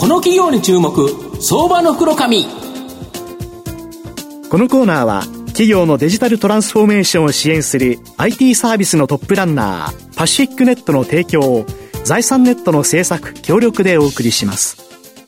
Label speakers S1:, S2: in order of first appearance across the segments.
S1: この企業に注目、相場の袋紙。
S2: このコーナーは企業のデジタルトランスフォーメーションを支援する IT サービスのトップランナーパシフィックネットの提供を財産ネットの制作協力でお送りします。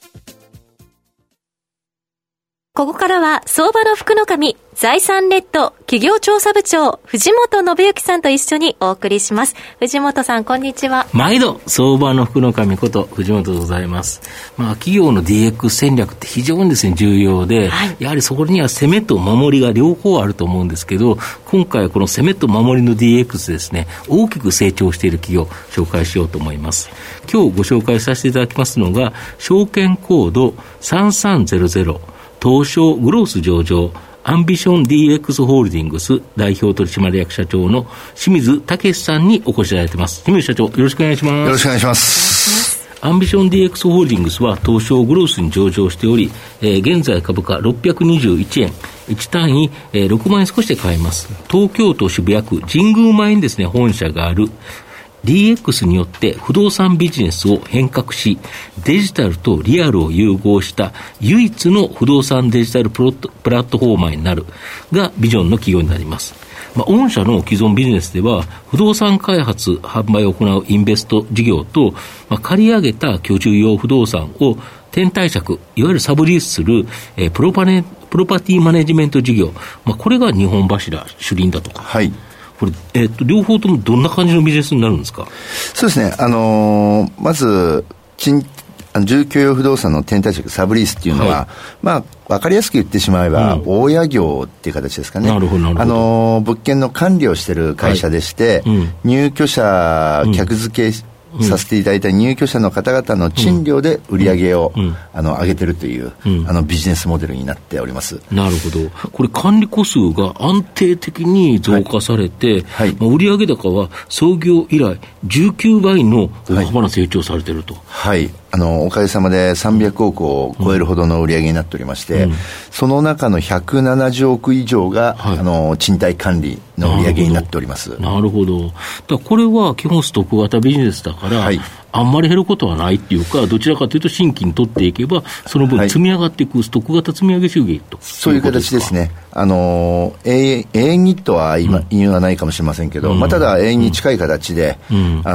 S3: ここからは相場の福の神、財産ネット企業調査部長藤本信之さんと一緒にお送りします。藤本さん、こんにちは。
S4: 毎度相場の福の神こと藤本でございます。企業の DX 戦略って非常にですね重要で、やはりそこには攻めと守りが両方あると思うんですけど、今回はこの攻めと守りの DX ですね、大きく成長している企業を紹介しようと思います。今日ご紹介させていただきますのが、証券コード3300東証グロース上場アンビション DX ホールディングス代表取締役社長の清水武さんにお越しいただいています。清水社長、よろしくお願いします。
S5: よろしくお願いします。
S4: アンビション DX ホールディングスは東証グロースに上場しており、現在株価621円、1単位、6万円少しで買えます。東京都渋谷区神宮前にですね本社がある。DX によって不動産ビジネスを変革し、デジタルとリアルを融合した唯一の不動産デジタルプラットフォーマーになるがビジョンの企業になります。御社の既存ビジネスでは不動産開発販売を行うインベスト事業と、借り上げた居住用不動産を転貸借、いわゆるサブリースする、プロパティマネジメント事業、これが2本柱主輪だとか。
S5: はい。
S4: これ、両方ともどんな感じのビジネスになるんですか？
S5: そうですね。まず住居用不動産の転貸借サブリースっていうのは、分かりやすく言ってしまえば、大家業っていう形ですかね。
S4: なるほど、なるほど。
S5: 物件の管理をしている会社でして、入居者客付けさせていただいた入居者の方々の賃料で売り上げを、上げてるという、ビジネスモデルになっております。
S4: なるほど。これ管理個数が安定的に増加されて、売上高は創業以来19倍の大幅な成長されていると。
S5: はい。おかげさまで300億を超えるほどの売り上げになっておりまして、その中の170億以上が、賃貸管理の売り上げになっております。
S4: なるほど。だからこれは基本ストック型ビジネスだから、あんまり減ることはないっていうか、どちらかというと新規に取っていけばその分積み上がっていくストック型積み上げ収益と、
S5: そういう形ですね。永遠にとは言わないかもしれませんけど、ただ永遠に近い形で、大体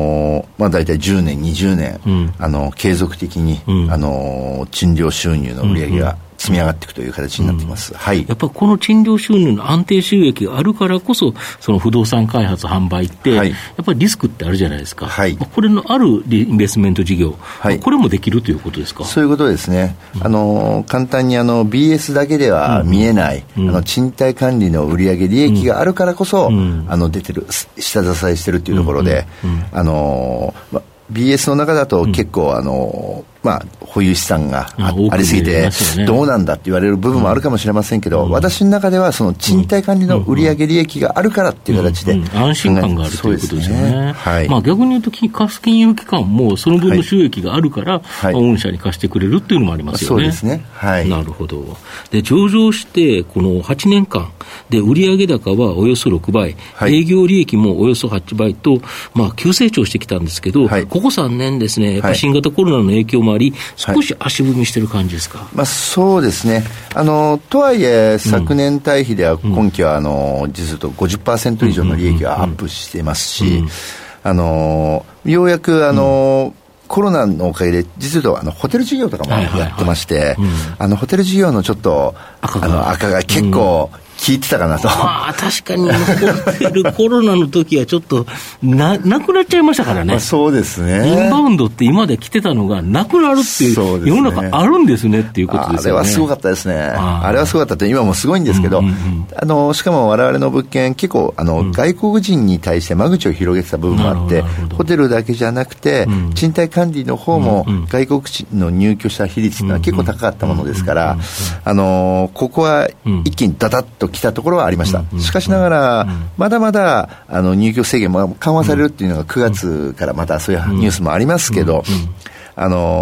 S5: 10年20年、継続的に、賃料収入の売り上げが積み上がっていくという形になっています。はい。
S4: やっぱりこの賃料収入の安定収益があるからこそ、その不動産開発販売って、やっぱりリスクってあるじゃないですか。これのあるインベストメント事業、これもできるということですか？
S5: そういうことですね。簡単にBS だけでは見えない、賃貸管理の売上利益があるからこそ、出てる、下支えしてるというところで、BS の中だと結構保有資産がありすぎてどうなんだって言われる部分もあるかもしれませんけど、私の中ではその賃貸管理の売上利益があるからっていう形で、
S4: 安心感があるということですよね。逆に言うと貸金融機関もその分の収益があるから、御社に貸してくれるっていうのもありますよね。
S5: そうですね。
S4: なるほど。で、上場してこの8年間で売上高はおよそ6倍、営業利益もおよそ8倍と、急成長してきたんですけど、ここ3年ですね、やっぱり新型コロナの影響もあり、少し足踏みしてる感じですか？
S5: そうですね。とはいえ、昨年対比では今期は実は 50% 以上の利益がアップしていますし、ようやくコロナのおかげで実はホテル事業とかもやってまして、ホテル事業のちょっと赤が結構効いてたかなと。
S4: 確かにホテルコロナの時はちょっとなくなっちゃいましたからね。
S5: そうですね。
S4: インバウンドって今まで来てたのがなくなるっていう、世の中あるんですねっていうことですよね。
S5: あれはすごかったですね。あれはすごかったって今もすごいんですけど、しかも我々の物件結構外国人に対して間口を広げてた部分もあって、ホテルだけじゃなくて、賃貸管理の方も外国人の入居者比率っていうのは結構高かったものですから、ここは一気にダダッと来たところはありました。しかしながらまだまだ入居制限も緩和されるっていうのが9月からまたそういうニュースもありますけど、こ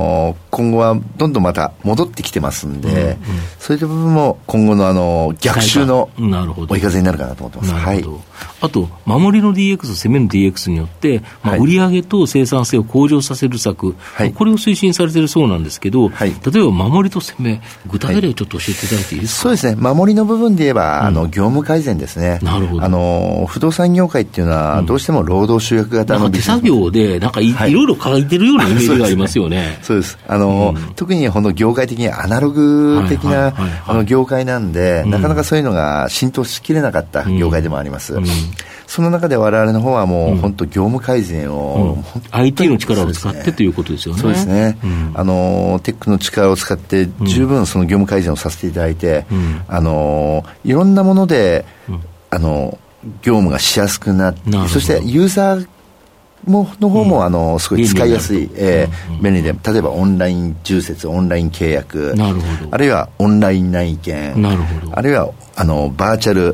S5: 今後はどんどんまた戻ってきてますんで、そういった部分も今後の逆襲の追い風になるかなと思ってます。はい。
S4: あと守りの DX 攻めの DX によって、売上と生産性を向上させる策、これを推進されているそうなんですけど、例えば守りと攻め、具体例をちょっと教えていただいていいですか。
S5: そうですね、守りの部分で言えば、業務改善ですね。なるほど。不動産業界っていうのはどうしても労働集約型のビジネス、
S4: 手作業でなんかいろいろ書いてるようなイメージがありますよね。
S5: そうです。特にこの業界的にアナログ的な業界なんで、なかなかそういうのが浸透しきれなかった業界でもあります。その中で我々の方はもう本当業務改善を、
S4: IT の力を使ってということですよね。
S5: そうですね。テックの力を使って十分その業務改善をさせていただいて、いろんなもので業務がしやすくなって、そしてユーザーの方もすごい使いやすい、便利で、例えばオンライン住設、オンライン契約、あるいはオンライン内見、あるいはバーチャル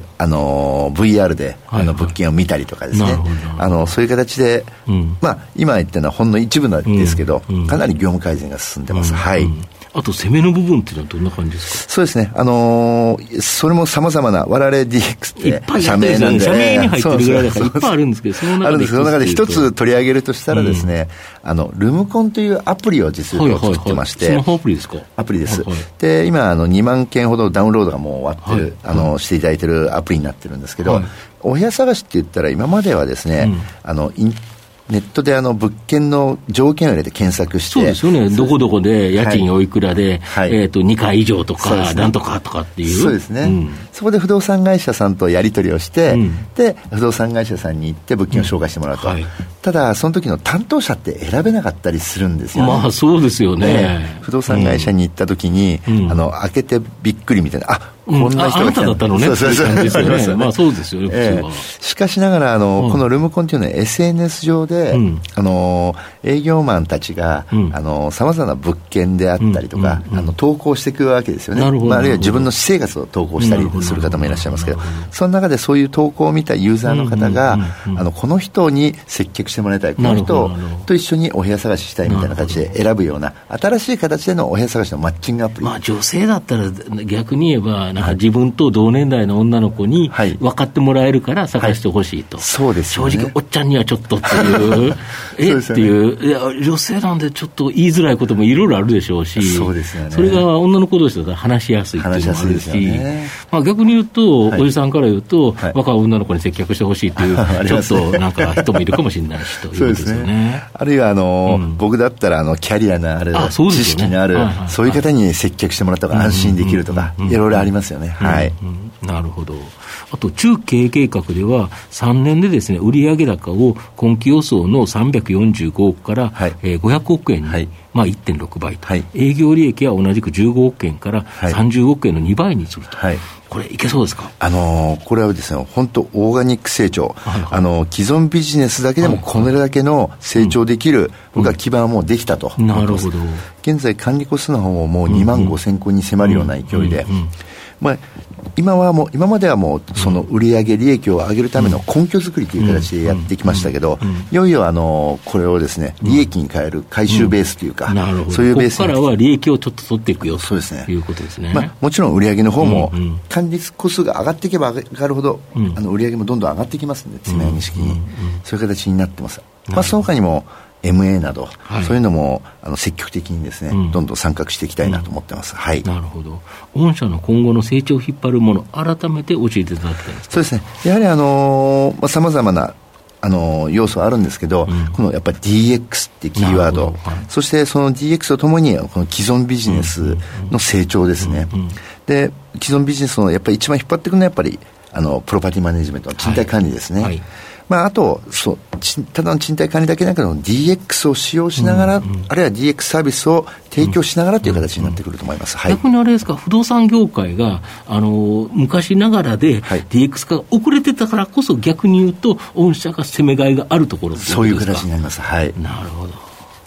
S5: VR で物件を見たりとかですね、そういう形で、今言ったのはほんの一部なんですけど、かなり業務改善が進んでます。はい。
S4: あと攻めの部分っていうのはどんな感じですか。
S5: そうですね、それも様々な、我々 DX って
S4: いっぱい社名なんで、社名に入ってるぐらいだからいっぱいあるんですけど、その
S5: 中で一つ取り上げるとしたらですね、ルムコンというアプリを実は作ってまして、
S4: スマホアプリですか。
S5: アプリです。で、今2万件ほどダウンロードがもう終わってる、していただいてるアプリになってるんですけど、お部屋探しって言ったら今まではですね、ネットで物件の条件を入れて検索して、
S4: そうですよね、どこどこで家賃おいくらで、2階以上とか、なんとかとかっていう、
S5: そうですね、そこで不動産会社さんとやり取りをして、で不動産会社さんに行って物件を紹介してもらうと、ただ、その時の担当者って選べなかったりするんですよね。
S4: そうですよね。
S5: 不動産会社に行った時に、開けてびっくりみたいな、こんな人が来た
S4: あなただったのねっていう感じですよね。そうですよね、普通は。
S5: しかしながらこのルムコンというのは SNS 上で、営業マンたちがさまざまな物件であったりとか、投稿していくわけですよね。あるいは自分の私生活を投稿したりする方もいらっしゃいますけど、その中でそういう投稿を見たユーザーの方が、この人に接客してもらいたい、この人と一緒にお部屋探ししたいみたいな形で選ぶような新しい形でのお部屋探しのマッチングアプリ。
S4: 女性だったら逆に言えばなんか自分と同年代の女の子に分かってもらえるから探してほしいと、
S5: そうですよね。
S4: 正直おっちゃんにはちょっとっていうっていう、いや女性なんでちょっと言いづらいこともいろいろあるでしょうし、
S5: そうですよね。
S4: それが女の子同士だったら話しやすいっていうのもあるし、逆に言うと、おじさんから言うと、若い女の子に接客してほしいっていうちょっとなんか人もいるかもしれないしということですよね。
S5: あるいは僕だったらキャリアのある、知識のある、そういう方に接客してもらった方が安心できるとか、いろいろありますよね。
S4: なるほど。あと中経営計画では3年でですね、売上高を今期予想の345億から500億円に、1.6 倍と、営業利益は同じく15億円から30億円の2倍にすると、これいけそうですか。
S5: これはですね、本当オーガニック成長、既存ビジネスだけでもこれだけの成長できる、僕は基盤はもうできたと思います。なるほど。現在管理コストの方ももう2万5000個に迫るような勢いで、今まではもうその売上利益を上げるための根拠作りという形でやってきましたけど、いよいよこれをですね、利益に変える回収ベースというか、そういうベース
S4: ここからは利益をちょっと取っていくよということですね。
S5: もちろん売上の方も管理コストが上がっていけば上がるほど、売上もどんどん上がってきますので、積み上げ式に、そういう形になってます。その他にもMA など、そういうのも積極的にですね、どんどん参画していきたいなと思ってます。な
S4: るほど。御社の今後の成長を引っ張るもの、改めて教えていただきたいですか。
S5: そうですね。やはりさまざまな要素はあるんですけど、このやっぱり DX ってキーワード、そしてその DX とともにこの既存ビジネスの成長ですね。で、既存ビジネスのやっぱり一番引っ張っていくのはやっぱりプロパティマネジメントの賃貸管理ですね。あとただの賃貸管理だけだけど DX を使用しながら、あるいは DX サービスを提供しながらという形になってくると思います。
S4: 逆にあれですか、不動産業界が昔ながらで DX 化が遅れてたからこそ、逆に言うと御社が攻めがいがあるところってことですか。
S5: そういう形になります。な
S4: るほど。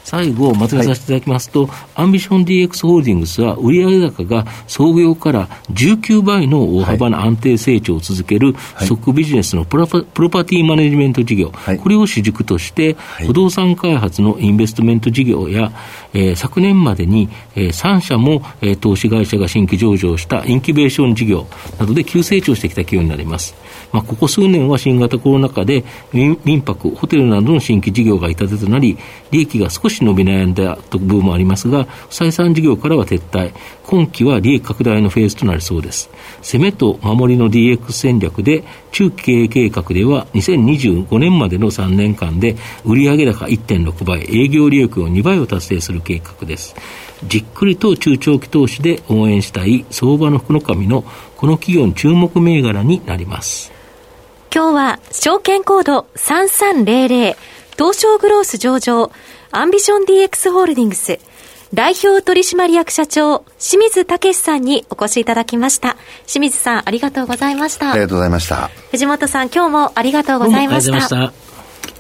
S4: 最後まとめさせていただきますと、アンビション DX ホールディングスは売上高が創業から19倍の大幅な安定成長を続けるストックビジネスのプロパティマネジメント事業、これを主軸として不動産開発のインベストメント事業や、昨年までに、3社も、投資会社が新規上場したインキュベーション事業などで急成長してきた企業になります。ここ数年は新型コロナ禍で民泊、ホテルなどの新規事業が痛手となり、利益が少し伸び悩んだ部分もありますが、不採算事業からは撤退、今期は利益拡大のフェーズとなりそうです。攻めと守りの DX 戦略で、中期経営計画では2025年までの3年間で売上高 1.6 倍、営業利益を2倍を達成する計画です。じっくりと中長期投資で応援したい相場の福の神のこの企業の注目銘柄になります。
S3: 今日は証券コード3300東証グロース上場アンビション DX ホールディングス代表取締役社長清水武さんにお越しいただきました。清水さん、ありがとうございました。
S5: ありがとうございました。
S3: 藤本さん、今日もありがとうございました。
S4: どうもありがとうございました。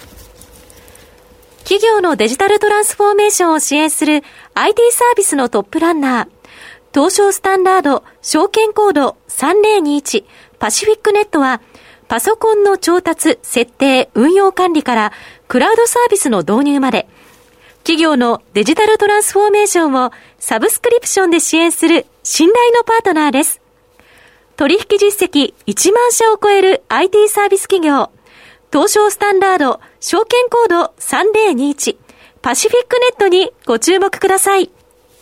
S3: 企業のデジタルトランスフォーメーションを支援する IT サービスのトップランナー、東証スタンダード証券コード3021パシフィックネットは、パソコンの調達、設定、運用管理からクラウドサービスの導入まで、企業のデジタルトランスフォーメーションをサブスクリプションで支援する信頼のパートナーです。取引実績1万社を超える IT サービス企業、東証スタンダード証券コード3021パシフィックネットにご注目ください。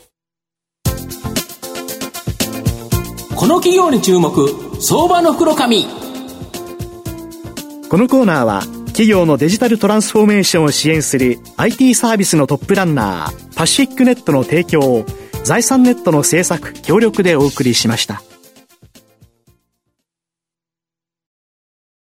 S1: この企業に注目、相場の福の神。
S2: このコーナーは企業のデジタルトランスフォーメーションを支援する IT サービスのトップランナーパシフィックネットの提供を財産ネットの制作協力でお送りしました。